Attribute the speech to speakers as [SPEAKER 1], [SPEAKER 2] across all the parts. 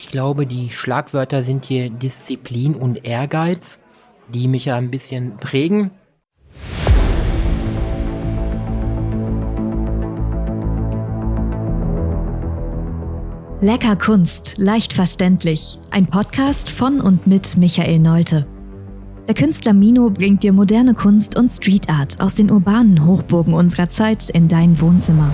[SPEAKER 1] Ich glaube, die Schlagwörter sind hier Disziplin und Ehrgeiz, die mich ja ein bisschen prägen.
[SPEAKER 2] Lecker Kunst, leicht verständlich. Ein Podcast von und mit Michael Neute. Der Künstler Mino bringt dir moderne Kunst und Street Art aus den urbanen Hochburgen unserer Zeit in dein Wohnzimmer.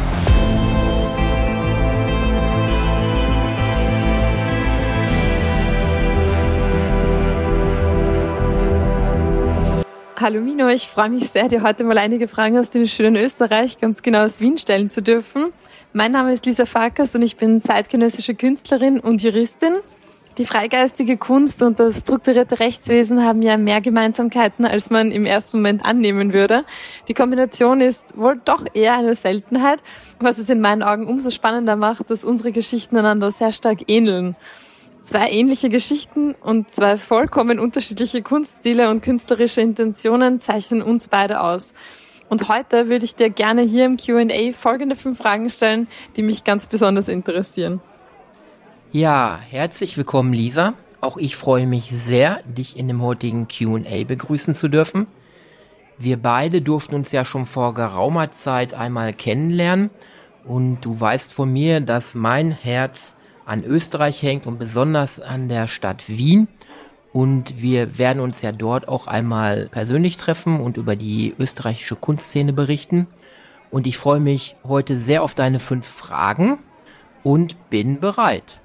[SPEAKER 3] Hallo Mino, ich freue mich sehr, dir heute mal einige Fragen aus dem schönen Österreich, ganz genau aus Wien, stellen zu dürfen. Mein Name ist Lisa Farkas und ich bin zeitgenössische Künstlerin und Juristin. Die freigeistige Kunst und das strukturierte Rechtswesen haben ja mehr Gemeinsamkeiten, als man im ersten Moment annehmen würde. Die Kombination ist wohl doch eher eine Seltenheit, was es in meinen Augen umso spannender macht, dass unsere Geschichten einander sehr stark ähneln. Zwei ähnliche Geschichten und zwei vollkommen unterschiedliche Kunststile und künstlerische Intentionen zeichnen uns beide aus. Und heute würde ich dir gerne hier im Q&A folgende 5 Fragen stellen, die mich ganz besonders interessieren.
[SPEAKER 1] Ja, herzlich willkommen, Lisa. Auch ich freue mich sehr, dich in dem heutigen Q&A begrüßen zu dürfen. Wir beide durften uns ja schon vor geraumer Zeit einmal kennenlernen und du weißt von mir, dass mein Herz an Österreich hängt und besonders an der Stadt Wien. Und wir werden uns ja dort auch einmal persönlich treffen und über die österreichische Kunstszene berichten. Und ich freue mich heute sehr auf deine 5 Fragen und bin bereit.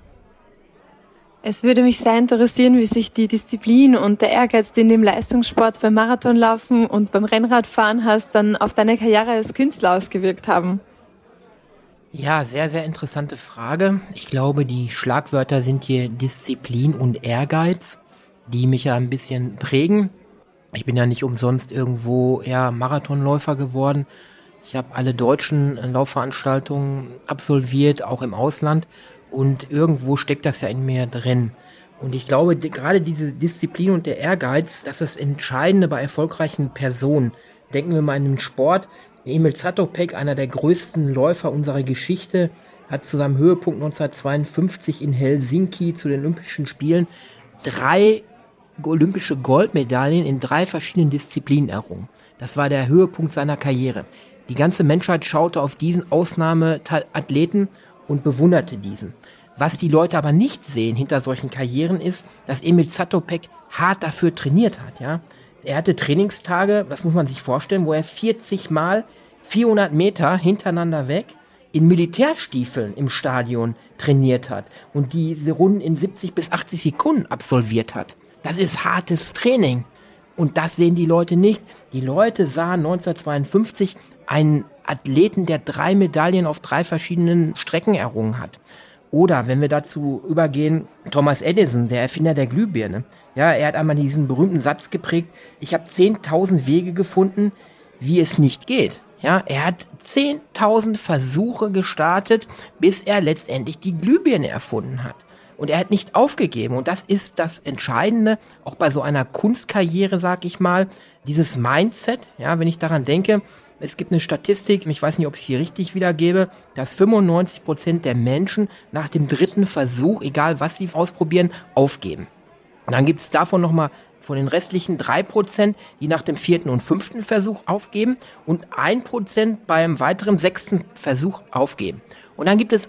[SPEAKER 3] Es würde mich sehr interessieren, wie sich die Disziplin und der Ehrgeiz, den du im Leistungssport beim Marathonlaufen und beim Rennradfahren hast, dann auf deine Karriere als Künstler ausgewirkt haben.
[SPEAKER 1] Ja, sehr, sehr interessante Frage. Ich glaube, die Schlagwörter sind hier Disziplin und Ehrgeiz, die mich ja ein bisschen prägen. Ich bin ja nicht umsonst irgendwo Marathonläufer geworden. Ich habe alle deutschen Laufveranstaltungen absolviert, auch im Ausland. Und irgendwo steckt das ja in mir drin. Und ich glaube, gerade diese Disziplin und der Ehrgeiz, das ist das Entscheidende bei erfolgreichen Personen. Denken wir mal an den Sport. Emil Zatopek, einer der größten Läufer unserer Geschichte, hat zu seinem Höhepunkt 1952 in Helsinki zu den Olympischen Spielen 3 olympische Goldmedaillen in 3 verschiedenen Disziplinen errungen. Das war der Höhepunkt seiner Karriere. Die ganze Menschheit schaute auf diesen Ausnahmeathleten und bewunderte diesen. Was die Leute aber nicht sehen hinter solchen Karrieren ist, dass Emil Zatopek hart dafür trainiert hat, ja. Er hatte Trainingstage, das muss man sich vorstellen, wo er 40 Mal 400 Meter hintereinander weg in Militärstiefeln im Stadion trainiert hat und diese Runden in 70 bis 80 Sekunden absolviert hat. Das ist hartes Training und das sehen die Leute nicht. Die Leute sahen 1952 einen Athleten, der 3 Medaillen auf 3 verschiedenen Strecken errungen hat. Oder wenn wir dazu übergehen, Thomas Edison, der Erfinder der Glühbirne. Ja, er hat einmal diesen berühmten Satz geprägt: Ich habe 10.000 Wege gefunden, wie es nicht geht. Ja, er hat 10.000 Versuche gestartet, bis er letztendlich die Glühbirne erfunden hat. Und er hat nicht aufgegeben. Und das ist das Entscheidende, auch bei so einer Kunstkarriere, sag ich mal, dieses Mindset. Ja, wenn ich daran denke, es gibt eine Statistik, ich weiß nicht, ob ich sie richtig wiedergebe, dass 95% der Menschen nach dem 3. Versuch, egal was sie ausprobieren, aufgeben. Und dann gibt es davon nochmal von den restlichen 3%, die nach dem 4. und 5. Versuch aufgeben und 1% beim weiteren 6. Versuch aufgeben. Und dann gibt es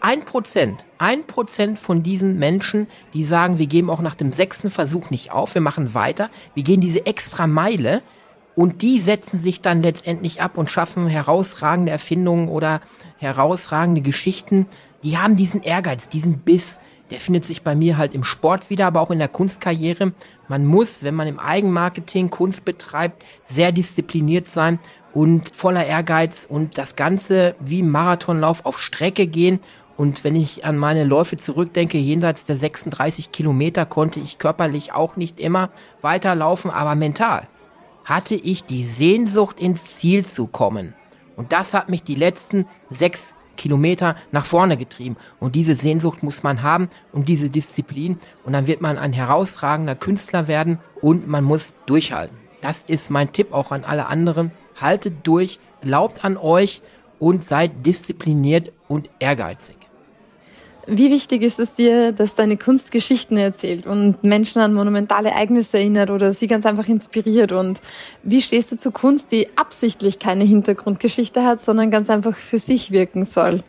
[SPEAKER 1] 1% von diesen Menschen, die sagen, wir geben auch nach dem 6. Versuch nicht auf, wir machen weiter, wir gehen diese extra Meile. Und die setzen sich dann letztendlich ab und schaffen herausragende Erfindungen oder herausragende Geschichten. Die haben diesen Ehrgeiz, diesen Biss. Der findet sich bei mir halt im Sport wieder, aber auch in der Kunstkarriere. Man muss, wenn man im Eigenmarketing Kunst betreibt, sehr diszipliniert sein und voller Ehrgeiz und das Ganze wie im Marathonlauf auf Strecke gehen. Und wenn ich an meine Läufe zurückdenke, jenseits der 36 Kilometer konnte ich körperlich auch nicht immer weiterlaufen, aber mental hatte ich die Sehnsucht, ins Ziel zu kommen. Und das hat mich die letzten 6 Kilometer nach vorne getrieben. Und diese Sehnsucht muss man haben und diese Disziplin. Und dann wird man ein herausragender Künstler werden und man muss durchhalten. Das ist mein Tipp auch an alle anderen. Haltet durch, glaubt an euch und seid diszipliniert und ehrgeizig.
[SPEAKER 3] Wie wichtig ist es dir, dass deine Kunst Geschichten erzählt und Menschen an monumentale Ereignisse erinnert oder sie ganz einfach inspiriert? Und wie stehst du zu Kunst, die absichtlich keine Hintergrundgeschichte hat, sondern ganz einfach für sich wirken soll?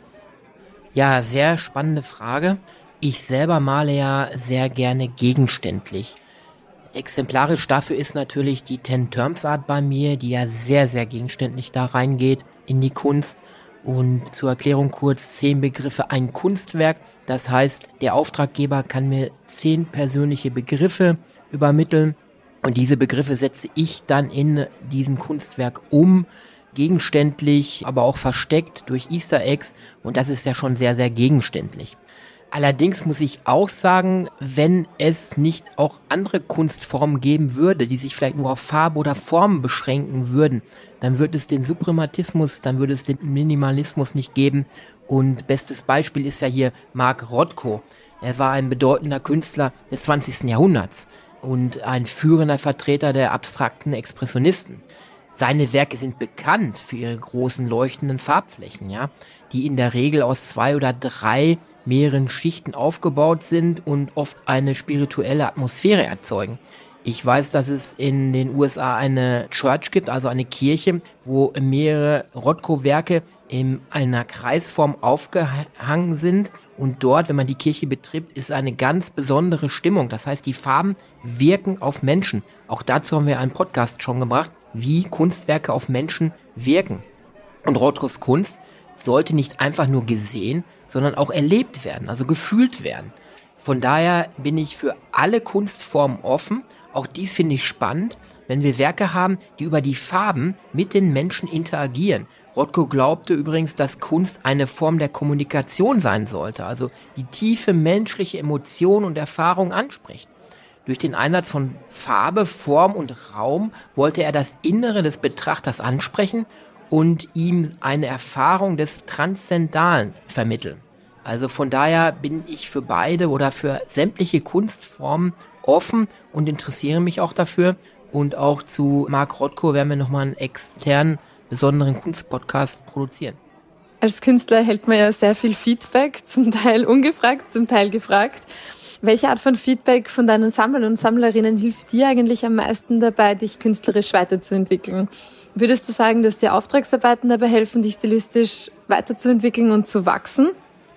[SPEAKER 1] Ja, sehr spannende Frage. Ich selber male ja sehr gerne gegenständlich. Exemplarisch dafür ist natürlich die Ten Terms Art bei mir, die ja sehr, sehr gegenständlich da reingeht in die Kunst. Und zur Erklärung kurz 10 Begriffe, ein Kunstwerk. Das heißt, der Auftraggeber kann mir 10 persönliche Begriffe übermitteln und diese Begriffe setze ich dann in diesem Kunstwerk um, gegenständlich, aber auch versteckt durch Easter Eggs und das ist ja schon sehr, sehr gegenständlich. Allerdings muss ich auch sagen, wenn es nicht auch andere Kunstformen geben würde, die sich vielleicht nur auf Farbe oder Formen beschränken würden, dann würde es den Suprematismus, dann würde es den Minimalismus nicht geben. Und bestes Beispiel ist ja hier Mark Rothko. Er war ein bedeutender Künstler des 20. Jahrhunderts und ein führender Vertreter der abstrakten Expressionisten. Seine Werke sind bekannt für ihre großen leuchtenden Farbflächen, ja, die in der Regel aus 2 oder 3 mehreren Schichten aufgebaut sind und oft eine spirituelle Atmosphäre erzeugen. Ich weiß, dass es in den USA eine Church gibt, also eine Kirche, wo mehrere Rothko-Werke in einer Kreisform aufgehangen sind. Und dort, wenn man die Kirche betritt, ist eine ganz besondere Stimmung. Das heißt, die Farben wirken auf Menschen. Auch dazu haben wir einen Podcast schon gebracht, wie Kunstwerke auf Menschen wirken. Und Rothkos Kunst sollte nicht einfach nur gesehen, sondern auch erlebt werden, also gefühlt werden. Von daher bin ich für alle Kunstformen offen. Auch dies finde ich spannend, wenn wir Werke haben, die über die Farben mit den Menschen interagieren. Rothko glaubte übrigens, dass Kunst eine Form der Kommunikation sein sollte, also die tiefe menschliche Emotion und Erfahrung anspricht. Durch den Einsatz von Farbe, Form und Raum wollte er das Innere des Betrachters ansprechen und ihm eine Erfahrung des Transzendalen vermitteln. Also von daher bin ich für beide oder für sämtliche Kunstformen offen und interessiere mich auch dafür. Und auch zu Mark Rothko werden wir nochmal einen externen, besonderen Kunstpodcast produzieren.
[SPEAKER 3] Als Künstler erhält man ja sehr viel Feedback, zum Teil ungefragt, zum Teil gefragt. Welche Art von Feedback von deinen Sammlern und Sammlerinnen hilft dir eigentlich am meisten dabei, dich künstlerisch weiterzuentwickeln? Würdest du sagen, dass dir Auftragsarbeiten dabei helfen, dich stilistisch weiterzuentwickeln und zu wachsen?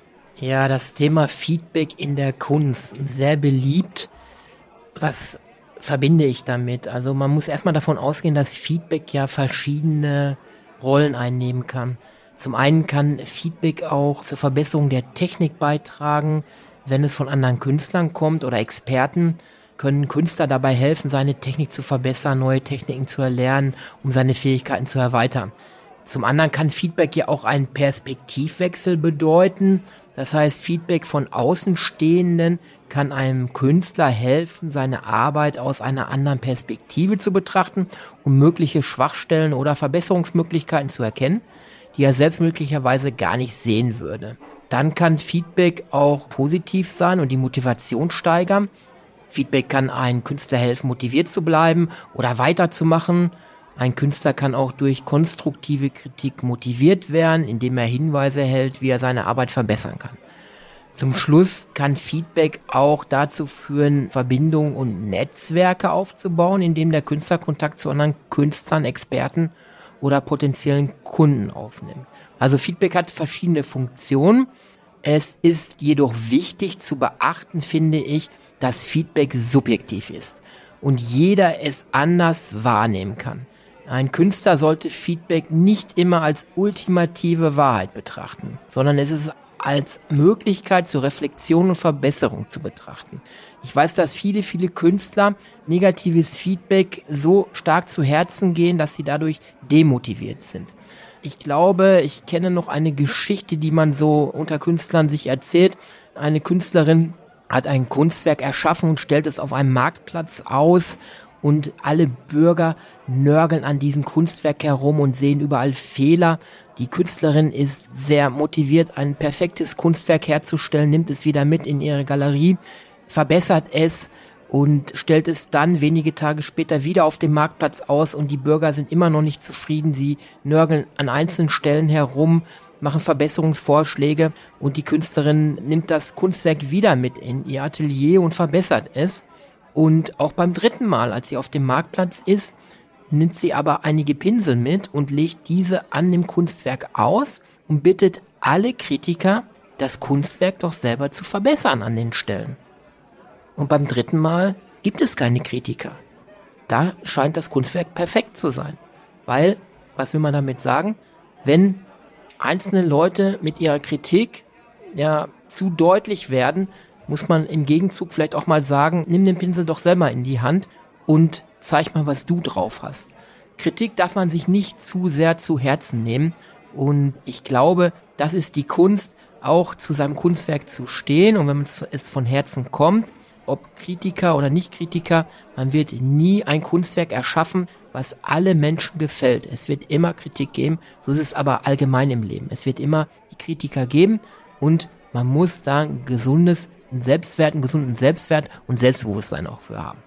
[SPEAKER 1] Ja, das Thema Feedback in der Kunst, sehr beliebt. Was verbinde ich damit? Also man muss erstmal davon ausgehen, dass Feedback ja verschiedene Rollen einnehmen kann. Zum einen kann Feedback auch zur Verbesserung der Technik beitragen, wenn es von anderen Künstlern kommt oder Experten, können Künstler dabei helfen, seine Technik zu verbessern, neue Techniken zu erlernen, um seine Fähigkeiten zu erweitern. Zum anderen kann Feedback ja auch einen Perspektivwechsel bedeuten. Das heißt, Feedback von Außenstehenden kann einem Künstler helfen, seine Arbeit aus einer anderen Perspektive zu betrachten, um mögliche Schwachstellen oder Verbesserungsmöglichkeiten zu erkennen, die er selbst möglicherweise gar nicht sehen würde. Dann kann Feedback auch positiv sein und die Motivation steigern. Feedback kann einem Künstler helfen, motiviert zu bleiben oder weiterzumachen. Ein Künstler kann auch durch konstruktive Kritik motiviert werden, indem er Hinweise erhält, wie er seine Arbeit verbessern kann. Zum Schluss kann Feedback auch dazu führen, Verbindungen und Netzwerke aufzubauen, indem der Künstler Kontakt zu anderen Künstlern, Experten oder potenziellen Kunden aufnimmt. Also Feedback hat verschiedene Funktionen. Es ist jedoch wichtig zu beachten, finde ich, dass Feedback subjektiv ist und jeder es anders wahrnehmen kann. Ein Künstler sollte Feedback nicht immer als ultimative Wahrheit betrachten, sondern es ist als Möglichkeit zur Reflexion und Verbesserung zu betrachten. Ich weiß, dass viele Künstler negatives Feedback so stark zu Herzen gehen, dass sie dadurch demotiviert sind. Ich glaube, ich kenne noch eine Geschichte, die man so unter Künstlern sich erzählt. Eine Künstlerin hat ein Kunstwerk erschaffen und stellt es auf einem Marktplatz aus und alle Bürger nörgeln an diesem Kunstwerk herum und sehen überall Fehler. Die Künstlerin ist sehr motiviert, ein perfektes Kunstwerk herzustellen, nimmt es wieder mit in ihre Galerie, verbessert es und stellt es dann wenige Tage später wieder auf dem Marktplatz aus und die Bürger sind immer noch nicht zufrieden. Sie nörgeln an einzelnen Stellen herum machen Verbesserungsvorschläge und die Künstlerin nimmt das Kunstwerk wieder mit in ihr Atelier und verbessert es. Und auch beim dritten Mal, als sie auf dem Marktplatz ist, nimmt sie aber einige Pinsel mit und legt diese an dem Kunstwerk aus und bittet alle Kritiker, das Kunstwerk doch selber zu verbessern an den Stellen. Und beim dritten Mal gibt es keine Kritiker. Da scheint das Kunstwerk perfekt zu sein. Weil, was will man damit sagen? Wenn einzelne Leute mit ihrer Kritik zu deutlich werden, muss man im Gegenzug vielleicht auch mal sagen, nimm den Pinsel doch selber in die Hand und zeig mal, was du drauf hast. Kritik darf man sich nicht zu sehr zu Herzen nehmen. Und ich glaube, das ist die Kunst, auch zu seinem Kunstwerk zu stehen. Und wenn es von Herzen kommt, ob Kritiker oder Nicht-Kritiker, man wird nie ein Kunstwerk erschaffen, was alle Menschen gefällt. Es wird immer Kritik geben, so ist es aber allgemein im Leben. Es wird immer die Kritiker geben und man muss da einen gesunden Selbstwert und Selbstbewusstsein auch für haben.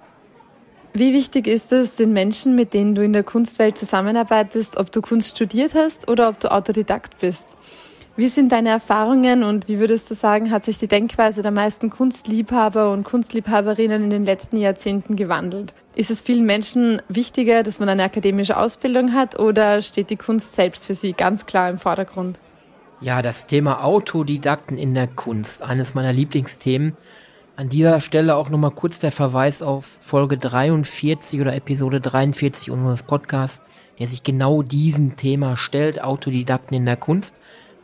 [SPEAKER 3] Wie wichtig ist es den Menschen, mit denen du in der Kunstwelt zusammenarbeitest, ob du Kunst studiert hast oder ob du Autodidakt bist? Wie sind deine Erfahrungen und wie würdest du sagen, hat sich die Denkweise der meisten Kunstliebhaber und Kunstliebhaberinnen in den letzten Jahrzehnten gewandelt? Ist es vielen Menschen wichtiger, dass man eine akademische Ausbildung hat oder steht die Kunst selbst für sie ganz klar im Vordergrund?
[SPEAKER 1] Ja, das Thema Autodidakten in der Kunst, eines meiner Lieblingsthemen. An dieser Stelle auch nochmal kurz der Verweis auf Folge 43 oder Episode 43 unseres Podcasts, der sich genau diesem Thema stellt, Autodidakten in der Kunst,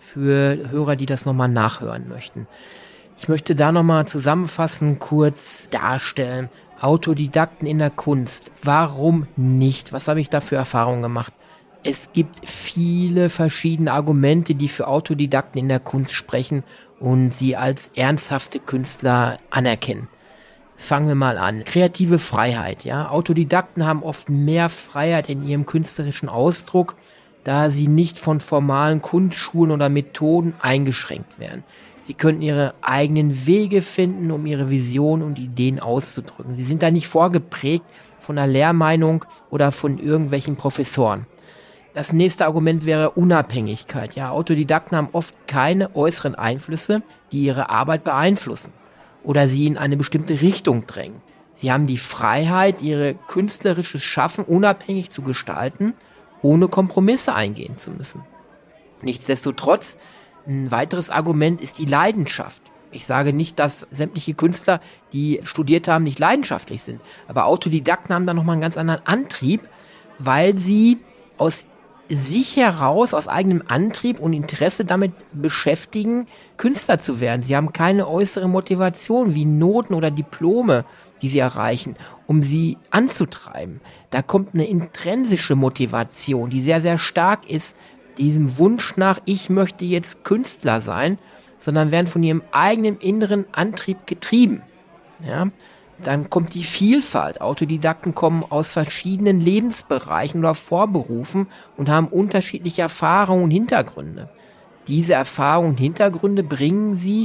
[SPEAKER 1] für Hörer, die das nochmal nachhören möchten. Ich möchte da nochmal zusammenfassend kurz darstellen, Autodidakten in der Kunst, warum nicht? Was habe ich da für Erfahrungen gemacht? Es gibt viele verschiedene Argumente, die für Autodidakten in der Kunst sprechen und sie als ernsthafte Künstler anerkennen. Fangen wir mal an. Kreative Freiheit, ja. Autodidakten haben oft mehr Freiheit in ihrem künstlerischen Ausdruck, da sie nicht von formalen Kunstschulen oder Methoden eingeschränkt werden. Sie können ihre eigenen Wege finden, um ihre Visionen und Ideen auszudrücken. Sie sind da nicht vorgeprägt von einer Lehrmeinung oder von irgendwelchen Professoren. Das nächste Argument wäre Unabhängigkeit. Ja, Autodidakten haben oft keine äußeren Einflüsse, die ihre Arbeit beeinflussen oder sie in eine bestimmte Richtung drängen. Sie haben die Freiheit, ihr künstlerisches Schaffen unabhängig zu gestalten, ohne Kompromisse eingehen zu müssen. Nichtsdestotrotz, ein weiteres Argument ist die Leidenschaft. Ich sage nicht, dass sämtliche Künstler, die studiert haben, nicht leidenschaftlich sind. Aber Autodidakten haben da nochmal einen ganz anderen Antrieb, weil sie aus sich heraus, aus eigenem Antrieb und Interesse damit beschäftigen, Künstler zu werden. Sie haben keine äußere Motivation wie Noten oder Diplome, die sie erreichen, um sie anzutreiben. Da kommt eine intrinsische Motivation, die sehr, sehr stark ist, diesem Wunsch nach, ich möchte jetzt Künstler sein, sondern werden von ihrem eigenen inneren Antrieb getrieben. Ja? Dann kommt die Vielfalt. Autodidakten kommen aus verschiedenen Lebensbereichen oder Vorberufen und haben unterschiedliche Erfahrungen und Hintergründe. Diese Erfahrungen und Hintergründe bringen sie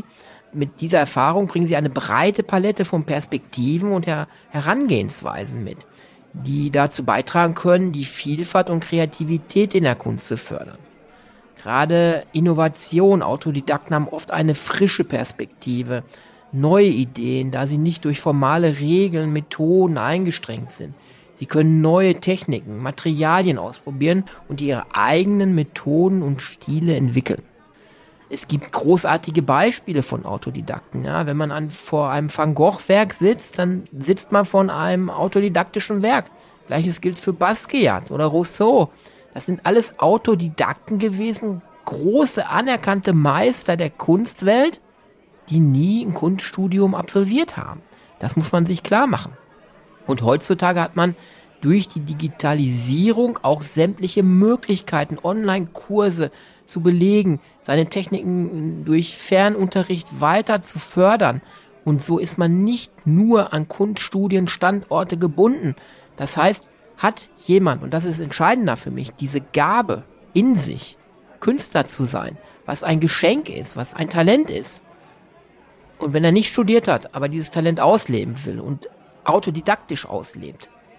[SPEAKER 1] eine breite Palette von Perspektiven und Herangehensweisen mit, die dazu beitragen können, die Vielfalt und Kreativität in der Kunst zu fördern. Gerade Innovation, Autodidakten haben oft eine frische Perspektive, neue Ideen, da sie nicht durch formale Regeln, Methoden eingeschränkt sind. Sie können neue Techniken, Materialien ausprobieren und ihre eigenen Methoden und Stile entwickeln. Es gibt großartige Beispiele von Autodidakten. Ja? Wenn man vor einem Van Gogh-Werk sitzt, dann sitzt man vor einem autodidaktischen Werk. Gleiches gilt für Basquiat oder Rousseau. Das sind alles Autodidakten gewesen, große anerkannte Meister der Kunstwelt, die nie ein Kunststudium absolviert haben. Das muss man sich klar machen. Und heutzutage hat man durch die Digitalisierung auch sämtliche Möglichkeiten, Online-Kurse zu belegen, seine Techniken durch Fernunterricht weiter zu fördern. Und so ist man nicht nur an Kunststudienstandorte gebunden. Das heißt, hat jemand, und das ist entscheidender für mich, diese Gabe in sich, Künstler zu sein, was ein Geschenk ist, was ein Talent ist. Und wenn er nicht studiert hat, aber dieses Talent ausleben will und autodidaktisch auslebt,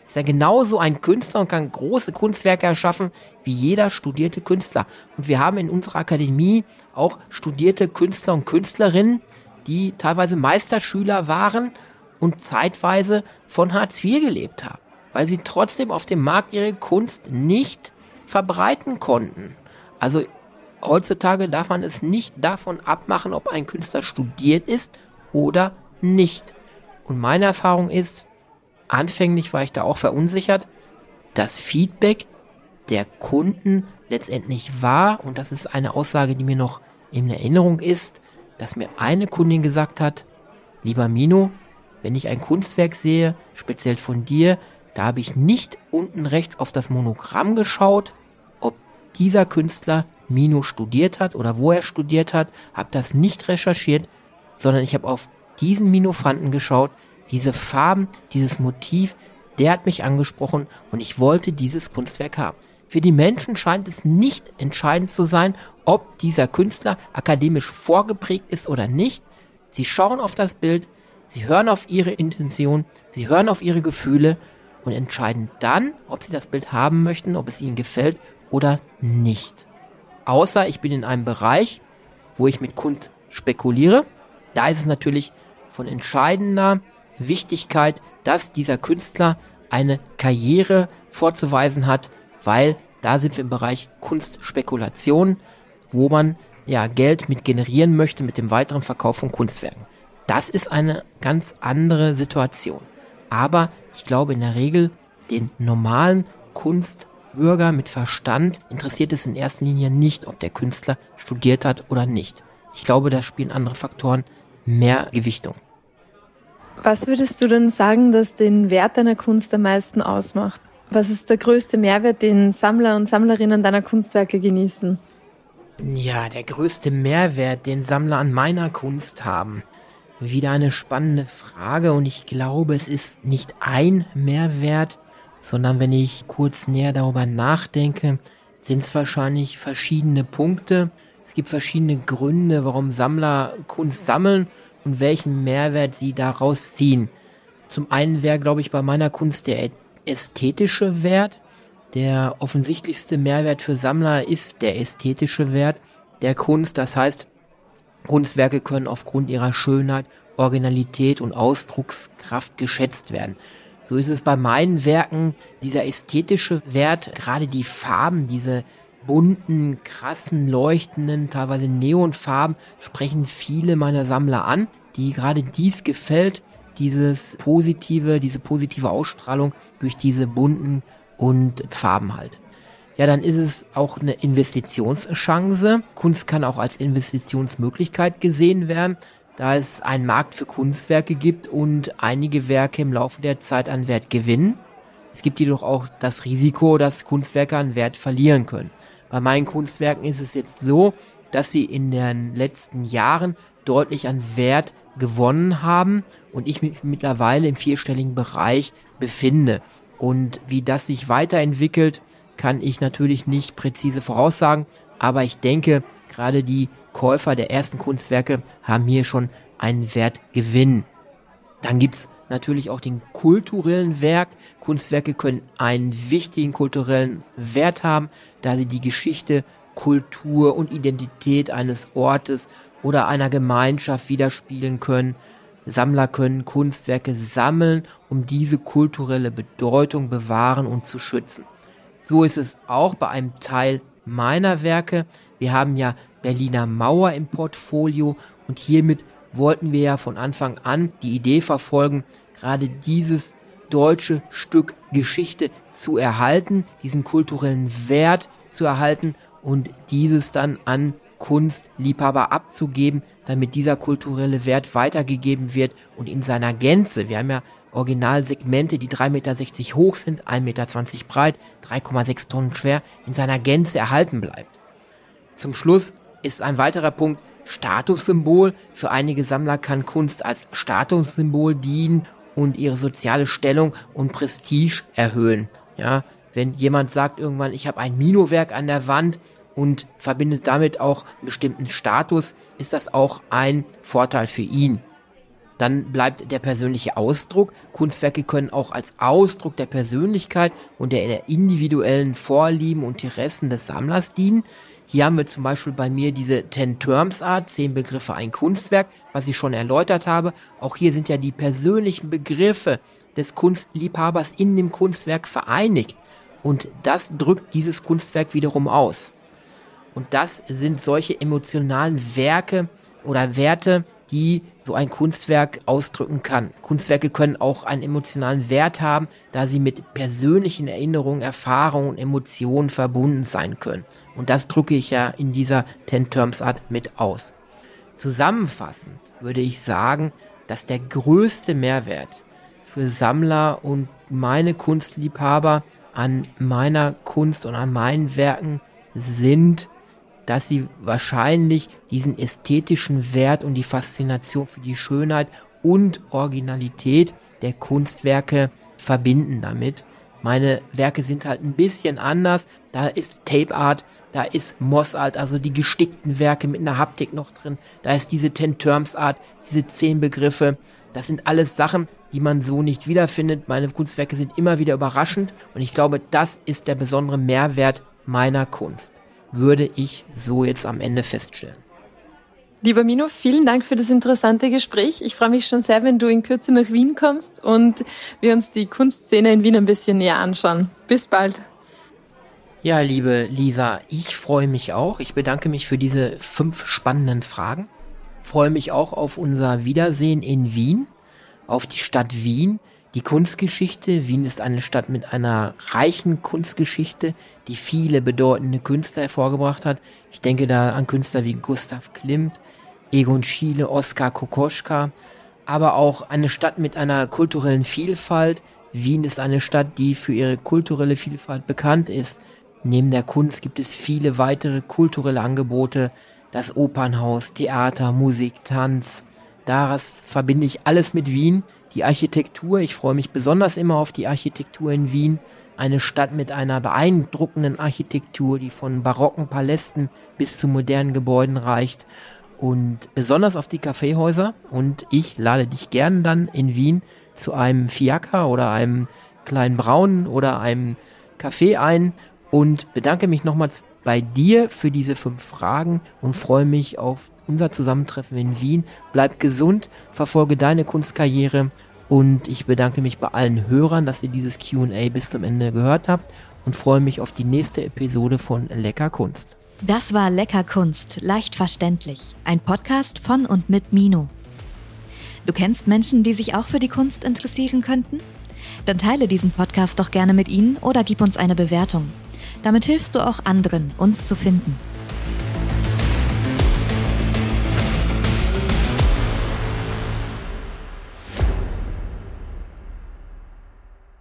[SPEAKER 1] ist er genauso ein Künstler und kann große Kunstwerke erschaffen wie jeder studierte Künstler. Und wir haben in unserer Akademie auch studierte Künstler und Künstlerinnen, die teilweise Meisterschüler waren und zeitweise von Hartz IV gelebt haben, weil sie trotzdem auf dem Markt ihre Kunst nicht verbreiten konnten. Also heutzutage darf man es nicht davon abmachen, ob ein Künstler studiert ist oder nicht. Und meine Erfahrung ist, anfänglich war ich da auch verunsichert, das Feedback der Kunden letztendlich war, und das ist eine Aussage, die mir noch in Erinnerung ist, dass mir eine Kundin gesagt hat, lieber Mino, wenn ich ein Kunstwerk sehe, speziell von dir, da habe ich nicht unten rechts auf das Monogramm geschaut, ob dieser Künstler Mino studiert hat oder wo er studiert hat, habe das nicht recherchiert, sondern ich habe auf diesen Minofanten geschaut, diese Farben, dieses Motiv, der hat mich angesprochen und ich wollte dieses Kunstwerk haben. Für die Menschen scheint es nicht entscheidend zu sein, ob dieser Künstler akademisch vorgeprägt ist oder nicht. Sie schauen auf das Bild, sie hören auf ihre Intention, sie hören auf ihre Gefühle und entscheiden dann, ob sie das Bild haben möchten, ob es ihnen gefällt oder nicht. Außer ich bin in einem Bereich, wo ich mit Kunst spekuliere. Da ist es natürlich von entscheidender Wichtigkeit, dass dieser Künstler eine Karriere vorzuweisen hat, weil da sind wir im Bereich Kunstspekulation, wo man ja Geld mit generieren möchte mit dem weiteren Verkauf von Kunstwerken. Das ist eine ganz andere Situation. Aber ich glaube in der Regel, den normalen Kunstbürger mit Verstand interessiert es in erster Linie nicht, ob der Künstler studiert hat oder nicht. Ich glaube, da spielen andere Faktoren mehr Gewichtung.
[SPEAKER 3] Was würdest du denn sagen, dass den Wert deiner Kunst am meisten ausmacht? Was ist der größte Mehrwert, den Sammler und Sammlerinnen deiner Kunstwerke genießen?
[SPEAKER 1] Ja, der größte Mehrwert, den Sammler an meiner Kunst haben. Wieder eine spannende Frage und ich glaube, es ist nicht ein Mehrwert, sondern wenn ich kurz näher darüber nachdenke, sind es wahrscheinlich verschiedene Punkte. Es gibt verschiedene Gründe, warum Sammler Kunst sammeln und welchen Mehrwert sie daraus ziehen. Zum einen wäre, glaube ich, bei meiner Kunst der ästhetische Wert. Der offensichtlichste Mehrwert für Sammler ist der ästhetische Wert der Kunst. Das heißt, Kunstwerke können aufgrund ihrer Schönheit, Originalität und Ausdruckskraft geschätzt werden. So ist es bei meinen Werken, dieser ästhetische Wert, gerade die Farben, diese bunten, krassen, leuchtenden, teilweise Neonfarben sprechen viele meiner Sammler an, die gerade dies gefällt, diese positive Ausstrahlung durch diese bunten und Farben halt. Ja, dann ist es auch eine Investitionschance. Kunst kann auch als Investitionsmöglichkeit gesehen werden, da es einen Markt für Kunstwerke gibt und einige Werke im Laufe der Zeit an Wert gewinnen. Es gibt jedoch auch das Risiko, dass Kunstwerke an Wert verlieren können. Bei meinen Kunstwerken ist es jetzt so, dass sie in den letzten Jahren deutlich an Wert gewonnen haben und ich mich mittlerweile im 4-stelligen Bereich befinde. Und wie das sich weiterentwickelt, kann ich natürlich nicht präzise voraussagen, aber ich denke, gerade die Käufer der ersten Kunstwerke haben hier schon einen Wertgewinn. Dann gibt's natürlich auch den kulturellen Wert. Kunstwerke können einen wichtigen kulturellen Wert haben, da sie die Geschichte, Kultur und Identität eines Ortes oder einer Gemeinschaft widerspiegeln können. Sammler können Kunstwerke sammeln, um diese kulturelle Bedeutung bewahren und zu schützen. So ist es auch bei einem Teil meiner Werke. Wir haben ja Berliner Mauer im Portfolio und hiermit wollten wir ja von Anfang an die Idee verfolgen, gerade dieses deutsche Stück Geschichte zu erhalten, diesen kulturellen Wert zu erhalten und dieses dann an Kunstliebhaber abzugeben, damit dieser kulturelle Wert weitergegeben wird und in seiner Gänze, wir haben ja Originalsegmente, die 3,60 Meter hoch sind, 1,20 Meter breit, 3,6 Tonnen schwer, in seiner Gänze erhalten bleibt. Zum Schluss ist ein weiterer Punkt Statussymbol. Für einige Sammler kann Kunst als Statussymbol dienen und ihre soziale Stellung und Prestige erhöhen. Ja, wenn jemand sagt irgendwann, ich habe ein Mino-Werk an der Wand und verbindet damit auch einen bestimmten Status, ist das auch ein Vorteil für ihn. Dann bleibt der persönliche Ausdruck. Kunstwerke können auch als Ausdruck der Persönlichkeit und der individuellen Vorlieben und Interessen des Sammlers dienen. Hier haben wir zum Beispiel bei mir diese 10 Terms Art, 10 Begriffe, ein Kunstwerk, was ich schon erläutert habe. Auch hier sind ja die persönlichen Begriffe des Kunstliebhabers in dem Kunstwerk vereinigt. Und das drückt dieses Kunstwerk wiederum aus. Und das sind solche emotionalen Werke oder Werte, die so ein Kunstwerk ausdrücken kann. Kunstwerke können auch einen emotionalen Wert haben, da sie mit persönlichen Erinnerungen, Erfahrungen und Emotionen verbunden sein können. Und das drücke ich ja in dieser 10 Terms Art mit aus. Zusammenfassend würde ich sagen, dass der größte Mehrwert für Sammler und meine Kunstliebhaber an meiner Kunst und an meinen Werken sind, dass sie wahrscheinlich diesen ästhetischen Wert und die Faszination für die Schönheit und Originalität der Kunstwerke verbinden damit. Meine Werke sind halt ein bisschen anders. Da ist Tape Art, da ist Moss Art, also die gestickten Werke mit einer Haptik noch drin. Da ist diese 10 Terms Art, diese 10 Begriffe. Das sind alles Sachen, die man so nicht wiederfindet. Meine Kunstwerke sind immer wieder überraschend und ich glaube, das ist der besondere Mehrwert meiner Kunst. Würde ich so jetzt am Ende feststellen.
[SPEAKER 3] Lieber Mino, vielen Dank für das interessante Gespräch. Ich freue mich schon sehr, wenn du in Kürze nach Wien kommst und wir uns die Kunstszene in Wien ein bisschen näher anschauen. Bis bald.
[SPEAKER 1] Ja, liebe Lisa, ich freue mich auch. Ich bedanke mich für diese 5 spannenden Fragen. Freue mich auch auf unser Wiedersehen in Wien, auf die Stadt Wien. Die Kunstgeschichte. Wien ist eine Stadt mit einer reichen Kunstgeschichte, die viele bedeutende Künstler hervorgebracht hat. Ich denke da an Künstler wie Gustav Klimt, Egon Schiele, Oskar Kokoschka, aber auch eine Stadt mit einer kulturellen Vielfalt. Wien ist eine Stadt, die für ihre kulturelle Vielfalt bekannt ist. Neben der Kunst gibt es viele weitere kulturelle Angebote. Das Opernhaus, Theater, Musik, Tanz. Das verbinde ich alles mit Wien. Die Architektur, ich freue mich besonders immer auf die Architektur in Wien. Eine Stadt mit einer beeindruckenden Architektur, die von barocken Palästen bis zu modernen Gebäuden reicht. Und besonders auf die Kaffeehäuser. Und ich lade dich gern dann in Wien zu einem Fiaker oder einem kleinen Braunen oder einem Kaffee ein. Und bedanke mich nochmals bei dir für diese 5 Fragen und freue mich auf unser Zusammentreffen in Wien. Bleib gesund, verfolge deine Kunstkarriere und ich bedanke mich bei allen Hörern, dass ihr dieses Q&A bis zum Ende gehört habt und freue mich auf die nächste Episode von Lecker Kunst.
[SPEAKER 2] Das war Lecker Kunst, leicht verständlich. Ein Podcast von und mit Mino. Du kennst Menschen, die sich auch für die Kunst interessieren könnten? Dann teile diesen Podcast doch gerne mit ihnen oder gib uns eine Bewertung. Damit hilfst du auch anderen, uns zu finden.